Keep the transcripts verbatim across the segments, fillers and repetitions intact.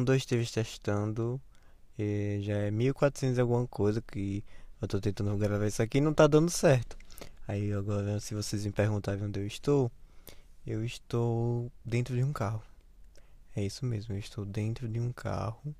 um, dois, três testando. E já é mil e quatrocentos e alguma coisa que eu tô tentando gravar isso aqui e não tá dando certo. Aí agora, se vocês me perguntarem onde eu estou, eu estou dentro de um carro. É isso mesmo, eu estou dentro de um carro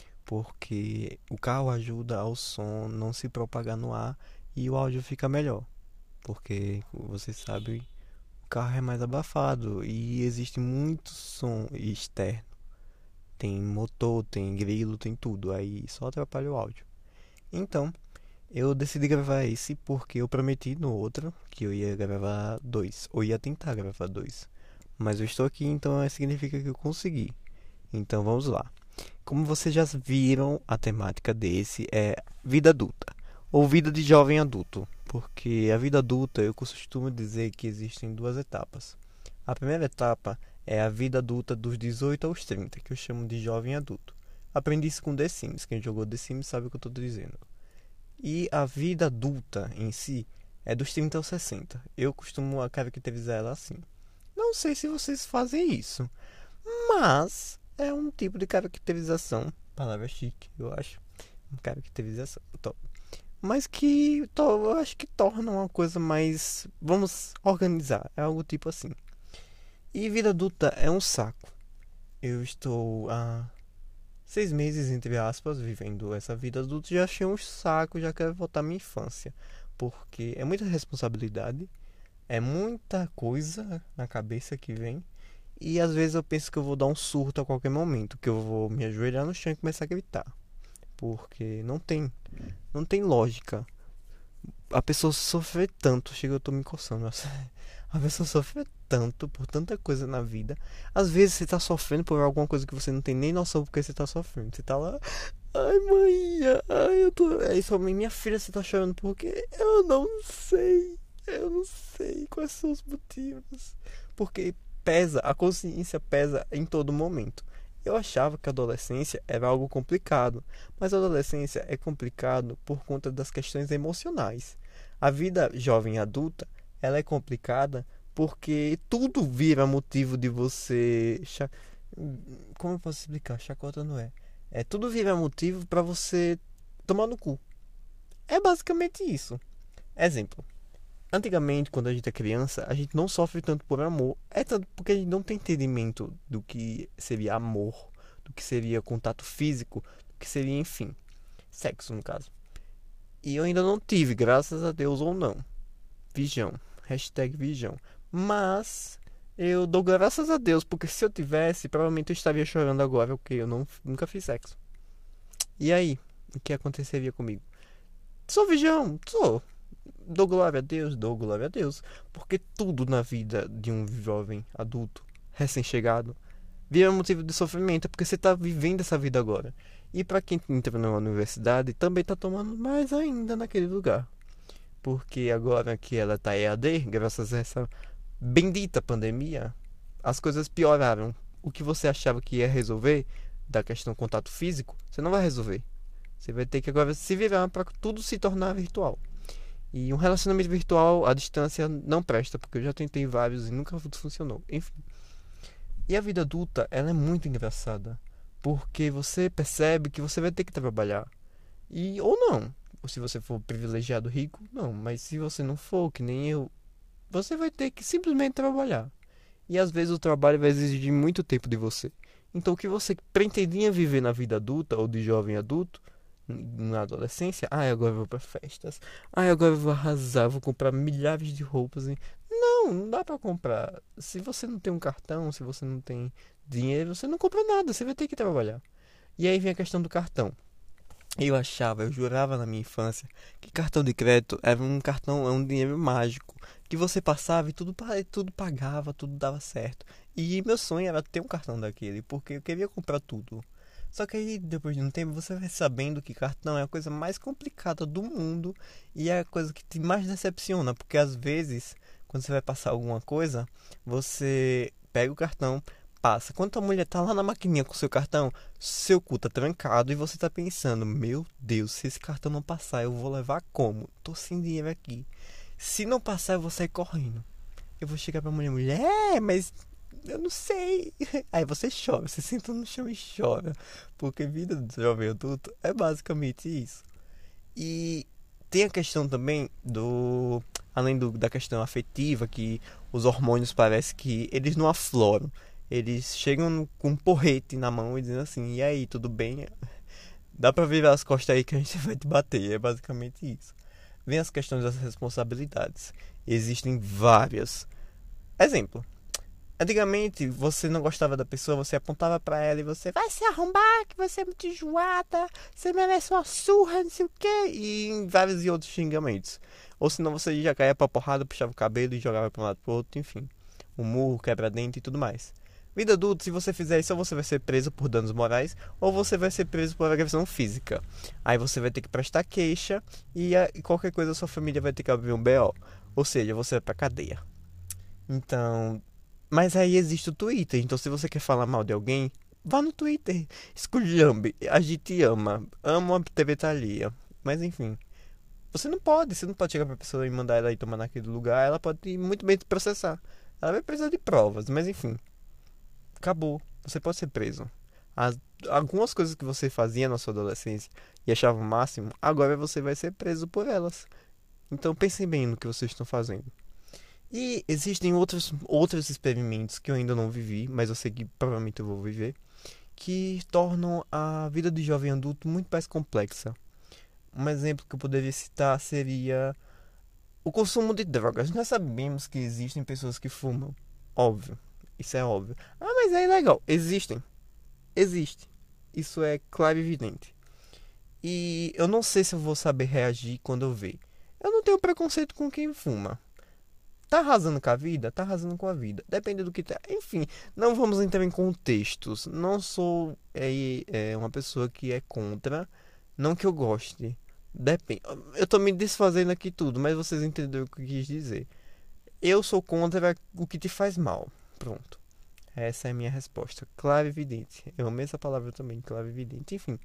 porque o carro ajuda ao som não se propagar no ar e o áudio fica melhor. Porque, como vocês sabem, o carro é mais abafado e existe muito som externo. Tem motor, tem grilo, tem tudo. Aí só atrapalha o áudio. Então, eu decidi gravar esse porque eu prometi no outro que eu ia gravar dois. Ou ia tentar gravar dois. Mas eu estou aqui, então significa que eu consegui. Então vamos lá. Como vocês já viram, a temática desse é vida adulta. Ou vida de jovem adulto. Porque a vida adulta, eu costumo dizer que existem duas etapas. A primeira etapa é a vida adulta dos dezoito aos trinta, que eu chamo de jovem adulto. Aprendi isso com The Sims. Quem jogou The Sims sabe o que eu estou dizendo. E a vida adulta em si é dos trinta aos sessenta. Eu costumo caracterizar ela assim. Não sei se vocês fazem isso, mas é um tipo de caracterização. Palavra chique, eu acho. Uma caracterização. Top. Mas que to, eu acho que torna uma coisa mais. Vamos organizar. É algo tipo assim. E vida adulta é um saco. Eu estou há seis meses, entre aspas, vivendo essa vida adulta. Já achei um saco, já quero voltar à minha infância. Porque é muita responsabilidade. É muita coisa na cabeça que vem. E às vezes eu penso que eu vou dar um surto a qualquer momento. Que eu vou me ajoelhar no chão e começar a gritar. Porque não tem. Não tem lógica. A pessoa sofre tanto. Chega, eu tô me coçando. Nossa. A pessoa sofre tanto por tanta coisa na vida. Às vezes você tá sofrendo por alguma coisa que você não tem nem noção porque você tá sofrendo. Você tá lá. Ai, mãe. Ai, eu tô. Aí sua mãe, minha filha, você tá chorando porque eu não sei. Eu não sei quais são os motivos. Porque pesa, a consciência pesa em todo momento. Eu achava que a adolescência era algo complicado, mas a adolescência é complicado por conta das questões emocionais. A vida jovem adulta, ela é complicada porque tudo vira motivo de você... cha- Como eu posso explicar? Chacota não é. É, tudo vira motivo para você tomar no cu. É basicamente isso. Exemplo. Antigamente, quando a gente é criança, a gente não sofre tanto por amor. É tanto porque a gente não tem entendimento do que seria amor, do que seria contato físico, do que seria, enfim, sexo no caso. E eu ainda não tive, graças a Deus ou não. Vijão. Hashtag Vijão. Mas eu dou graças a Deus, porque se eu tivesse, provavelmente eu estaria chorando agora, porque eu não, nunca fiz sexo. E aí? O que aconteceria comigo? Sou Vijão, sou. Dou glória a Deus, dou glória a Deus. Porque tudo na vida de um jovem adulto, recém-chegado, vira motivo de sofrimento, porque você está vivendo essa vida agora. E para quem entra na universidade, também está tomando mais ainda naquele lugar. Porque agora que ela está E A D, graças a essa bendita pandemia, as coisas pioraram. O que você achava que ia resolver, da questão contato físico, você não vai resolver. Você vai ter que agora se virar para tudo se tornar virtual. E um relacionamento virtual à distância não presta, porque eu já tentei vários e nunca funcionou. Enfim. E a vida adulta, ela é muito engraçada, porque você percebe que você vai ter que trabalhar. E ou não. Ou se você for privilegiado rico, não. Mas se você não for, que nem eu, você vai ter que simplesmente trabalhar. E às vezes o trabalho vai exigir muito tempo de você. Então o que você pretendia viver na vida adulta ou de jovem adulto, na adolescência, ah, agora eu vou pra festas, ah, agora eu vou arrasar, vou comprar milhares de roupas. E... Não, não dá pra comprar. Se você não tem um cartão, se você não tem dinheiro, você não compra nada, você vai ter que trabalhar. E aí vem a questão do cartão. Eu achava, eu jurava na minha infância que cartão de crédito era um cartão, é um dinheiro mágico, que você passava e tudo, pa- tudo pagava, tudo dava certo. E meu sonho era ter um cartão daquele, porque eu queria comprar tudo. Só que aí, depois de um tempo, você vai sabendo que cartão é a coisa mais complicada do mundo e é a coisa que te mais decepciona, porque às vezes, quando você vai passar alguma coisa, você pega o cartão, passa. Quando a mulher tá lá na maquininha com seu cartão, seu cu tá trancado e você tá pensando, meu Deus, se esse cartão não passar, eu vou levar como? Tô sem dinheiro aqui. Se não passar, eu vou sair correndo. Eu vou chegar pra mulher, mulher, mas eu não sei. Aí você chora, você senta no chão e chora. Porque vida do jovem adulto é basicamente isso. E tem a questão também do... Além do, da questão afetiva, que os hormônios parece que eles não afloram. Eles chegam no- com um porrete na mão e dizem assim: e aí, tudo bem? Dá pra virar as costas aí que a gente vai te bater. É basicamente isso. Vem as questões das responsabilidades. Existem várias. Exemplo. Antigamente, você não gostava da pessoa, você apontava pra ela e você vai se arrombar, que você é muito enjoada, você merece uma surra, não sei o quê, e em vários e outros xingamentos. Ou senão você já caía pra porrada, puxava o cabelo e jogava pra um lado pro outro, enfim. Um murro, quebra-dente e tudo mais. Vida adulta, se você fizer isso, ou você vai ser preso por danos morais, ou você vai ser preso por agressão física. Aí você vai ter que prestar queixa e, a- e qualquer coisa a sua família vai ter que abrir um B O. Ou seja, você vai pra cadeia. Então, mas aí existe o Twitter. Então, se você quer falar mal de alguém, vá no Twitter. Esculhambe. A gente ama. Ama a T V Thalia. Mas enfim. Você não pode. Você não pode chegar pra pessoa e mandar ela ir tomar naquele lugar. Ela pode muito bem te processar. Ela vai precisar de provas. Mas enfim. Acabou. Você pode ser preso. As, algumas coisas que você fazia na sua adolescência e achava o máximo, agora você vai ser preso por elas. Então pensem bem no que vocês estão fazendo. E existem outros, outros experimentos que eu ainda não vivi, mas eu sei que provavelmente eu vou viver, que tornam a vida de jovem adulto muito mais complexa. Um exemplo que eu poderia citar seria o consumo de drogas. Nós sabemos que existem pessoas que fumam. Óbvio. Isso é óbvio. Ah, mas é ilegal. Existem. Existe. Isso é claro e evidente. E eu não sei se eu vou saber reagir quando eu ver. Eu não tenho preconceito com quem fuma. Tá arrasando com a vida? Tá arrasando com a vida. Depende do que tá. Enfim, não vamos entrar em contextos. Não sou é, é, uma pessoa que é contra. Não que eu goste. Depende. Eu tô me desfazendo aqui tudo, mas vocês entenderam o que eu quis dizer. Eu sou contra o que te faz mal. Pronto. Essa é a minha resposta. Claro e evidente. Eu amei essa palavra também, claro e evidente. Enfim.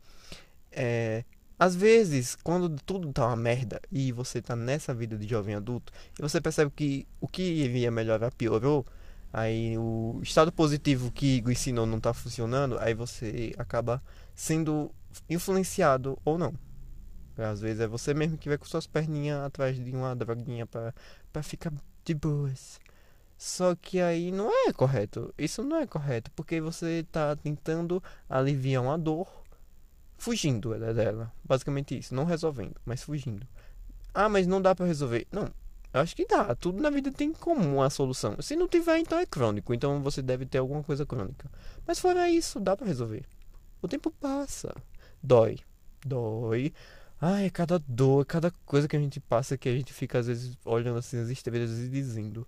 É, às vezes, quando tudo tá uma merda e você tá nessa vida de jovem adulto e você percebe que o que iria melhorar piorou, aí o estado positivo que o ensinou não tá funcionando, aí você acaba sendo influenciado ou não. Às vezes é você mesmo que vai com suas perninhas atrás de uma droguinha pra, pra ficar de boas. Só que aí não é correto. Isso não é correto, porque você tá tentando aliviar uma dor fugindo ela- dela. Basicamente isso. Não resolvendo, mas fugindo. Ah, mas não dá pra resolver. Não, eu acho que dá. Tudo na vida tem como uma solução. Se não tiver, então é crônico. Então você deve ter alguma coisa crônica. Mas fora isso, dá pra resolver. O tempo passa. Dói. Dói. Ai, é cada dor, cada coisa que a gente passa que a gente fica às vezes olhando assim as estrelas e dizendo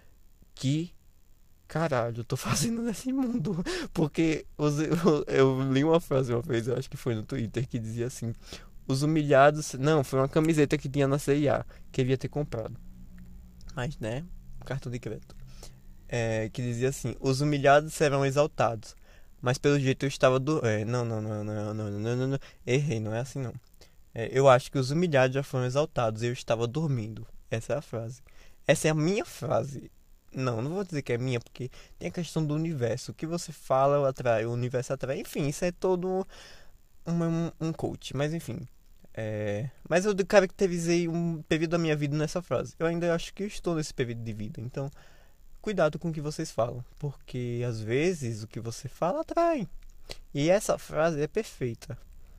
que caralho, eu tô fazendo nesse mundo. Porque os- eu, eu li uma frase uma vez, eu acho que foi no Twitter, que dizia assim: os humilhados. Não, foi uma camiseta que tinha na C e A, que eu ia ter comprado. Mas, né? Cartão de crédito. É, que dizia assim: os humilhados serão exaltados. Mas pelo jeito eu estava do. É, não, não, não, não, não, não, não, não. Errei, não é assim não. É, eu acho que os humilhados já foram exaltados e eu estava dormindo. Essa é a frase. Essa é a minha frase. Não, não vou dizer que é minha, porque tem a questão do universo. O que você fala, atrai, o universo atrai. Enfim, isso é todo um, um, um coach. Mas enfim. É... Mas eu caracterizei um período da minha vida nessa frase. Eu ainda acho que eu estou nesse período de vida. Então, cuidado com o que vocês falam. Porque às vezes o que você fala atrai. E essa frase é perfeita.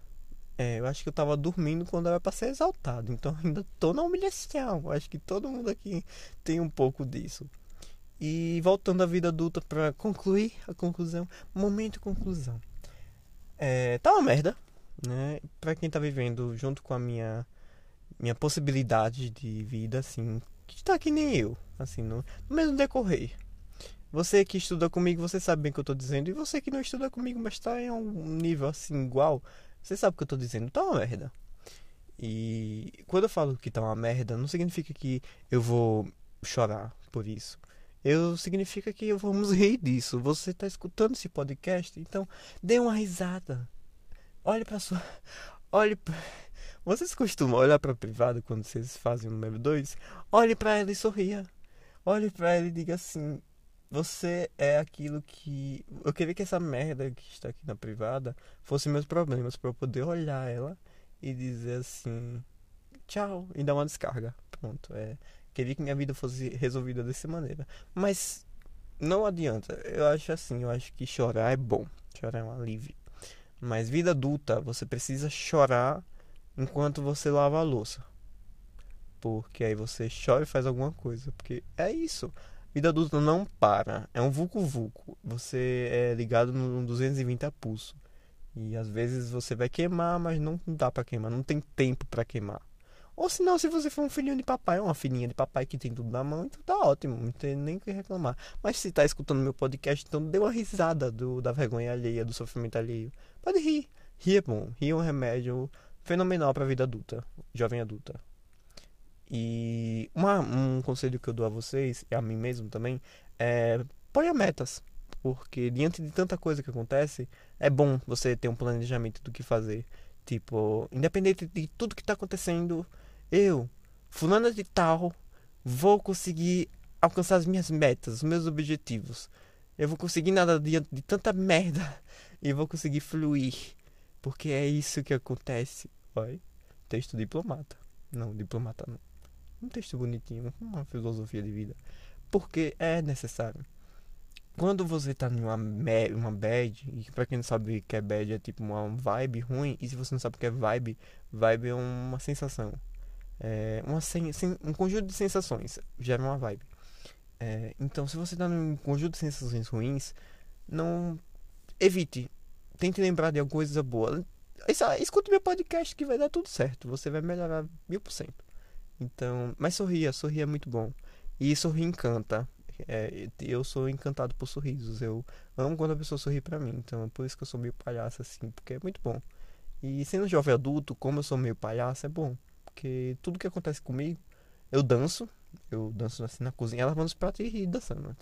É, eu acho que eu tava dormindo quando era pra ser exaltado. Então ainda tô na humilhação. Eu acho que todo mundo aqui tem um pouco disso. E voltando à vida adulta pra concluir a conclusão. Momento conclusão. É, tá uma merda, né? Pra quem tá vivendo junto com a minha, minha possibilidade de vida, assim. Que tá que nem eu, assim, no, no mesmo decorrer. Você que estuda comigo, você sabe bem o que eu tô dizendo. E você que não estuda comigo, mas tá em um nível assim igual, você sabe o que eu tô dizendo. Tá uma merda. E quando eu falo que tá uma merda, não significa que eu vou chorar por isso. Eu significa que vamos rir disso. Você tá escutando esse podcast, então dê uma risada. Olhe pra sua. Olhe pra... Vocês costumam olhar pra privado quando vocês fazem o número dois? Olhe pra ela e sorria. Olhe pra ela e diga assim: você é aquilo que... Eu queria que essa merda que está aqui na privada fosse meus problemas, pra eu poder olhar ela e dizer assim, tchau, e dar uma descarga. Pronto, é... Queria que minha vida fosse resolvida dessa maneira. Mas não adianta. Eu acho assim, eu acho que chorar é bom. Chorar é um alívio. Mas vida adulta, você precisa chorar enquanto você lava a louça. Porque aí você chora e faz alguma coisa. Porque é isso. Vida adulta não para. É um vucu-vucu. Você é ligado no duzentos e vinte a pulso. E às vezes você vai queimar, mas não dá pra queimar. Não tem tempo pra queimar. Ou se não, se você for um filhinho de papai, uma filhinha de papai que tem tudo na mão, então tá ótimo, não tem nem o que reclamar. Mas se tá escutando meu podcast, então dê uma risada do, da vergonha alheia, do sofrimento alheio. Pode rir. Rir é bom. Rir é um remédio fenomenal pra vida adulta, jovem adulta. E uma, um conselho que eu dou a vocês, e a mim mesmo também, é ponha metas. Porque diante de tanta coisa que acontece, é bom você ter um planejamento do que fazer. Tipo, independente de tudo que tá acontecendo, eu, fulana de tal, vou conseguir alcançar as minhas metas, os meus objetivos. Eu vou conseguir nada diante de tanta merda e vou conseguir fluir. Porque é isso que acontece. Olha, texto diplomata. Não, diplomata não. Um texto bonitinho, uma filosofia de vida. Porque é necessário. Quando você tá numa uma bad, e pra quem não sabe o que é bad, é tipo uma vibe ruim, e se você não sabe o que é vibe, vibe é uma sensação. É uma sen, sen, um conjunto de sensações, gera uma vibe. É, então, se você tá num conjunto de sensações ruins, não evite. Tente lembrar de alguma coisa boa. Escute meu podcast que vai dar tudo certo. Você vai melhorar mil por cento. Então, mas sorria, sorria é muito bom. E sorrir encanta. É, eu sou encantado por sorrisos. Eu amo quando a pessoa sorri pra mim. Então, é por isso que eu sou meio palhaço assim, porque é muito bom. E sendo jovem adulto, como eu sou meio palhaço, é bom. Porque tudo que acontece comigo, eu danço. Eu danço assim na cozinha, lavando os pratos e ri dançando.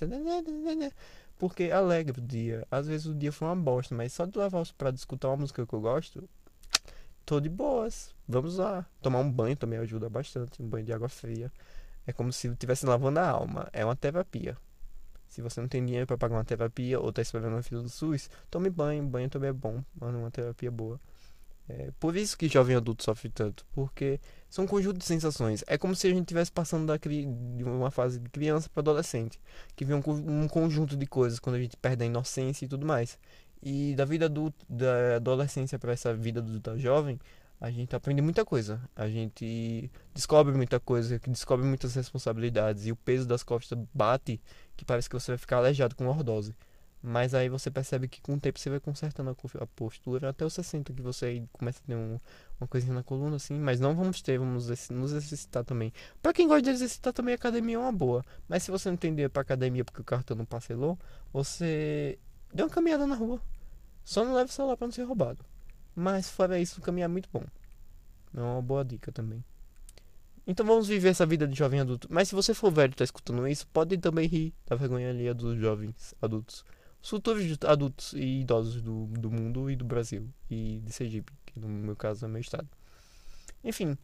Porque alegra o dia. Às vezes o dia foi uma bosta, mas só de lavar os pratos e escutar uma música que eu gosto, tô de boas. Vamos lá. Tomar um banho também ajuda bastante. Um banho de água fria. É como se estivesse lavando a alma. É uma terapia. Se você não tem dinheiro para pagar uma terapia ou tá esperando uma fila do SUS, tome banho. Banho também é bom. Mano, uma terapia boa. É por isso que jovem adulto sofre tanto. Porque são um conjunto de sensações. É como se a gente estivesse passando da cri... de uma fase de criança para adolescente. Que vem um, um conjunto de coisas quando a gente perde a inocência e tudo mais. E da vida adulta, da adolescência para essa vida adulta jovem, a gente aprende muita coisa. A gente descobre muita coisa, descobre muitas responsabilidades. E o peso das costas bate, que parece que você vai ficar aleijado com lordose. Mas aí você percebe que com o tempo você vai consertando a postura até os sessenta, que você aí começa a ter um, uma coisinha na coluna, assim. Mas não vamos ter, vamos nos exercitar também. Pra quem gosta de exercitar também, a academia é uma boa. Mas se você não tem dinheiro pra academia porque o cartão não parcelou, você dê uma caminhada na rua. Só não leve o celular pra não ser roubado. Mas fora isso, caminhar é muito bom. É uma boa dica também. Então vamos viver essa vida de jovem adulto. Mas se você for velho e tá escutando isso, pode também rir da vergonha alheia dos jovens adultos. Os futuros adultos e idosos do, do mundo e do Brasil. E de Sergipe, que no meu caso é meu estado. Enfim.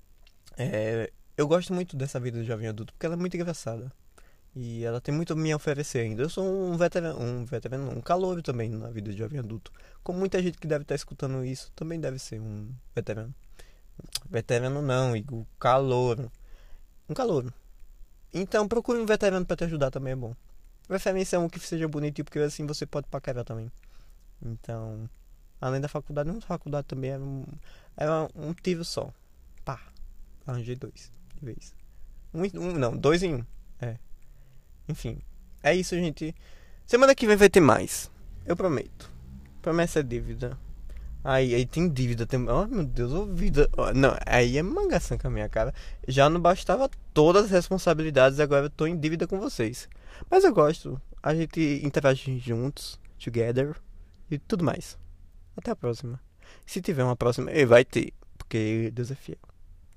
É, eu gosto muito dessa vida de jovem adulto porque ela é muito engraçada. E ela tem muito a me oferecer ainda. Eu sou um veterano, um veterano, um calouro também na vida de jovem adulto. Como muita gente que deve estar escutando isso também deve ser um veterano. Veterano não, Igor, calouro. Um calouro. Então procure um veterano pra te ajudar também, é bom. Preferência é um que seja bonitinho, porque assim você pode paquerar também. Então, além da faculdade, uma faculdade também é um, é um tiro só. Pá, arranjei dois de vez. Um, um, não, dois em um. É. Enfim, é isso, gente. Semana que vem vai ter mais. Eu prometo. Promessa é dívida. Aí, aí tem dívida. Tem... Oh, meu Deus, oh, vida. Oh, não, aí é mangação com a minha cara. Já não bastava todas as responsabilidades. Agora eu tô em dívida com vocês. Mas eu gosto. A gente interage juntos. Together. E tudo mais. Até a próxima. Se tiver uma próxima, vai ter. Porque Deus é fiel.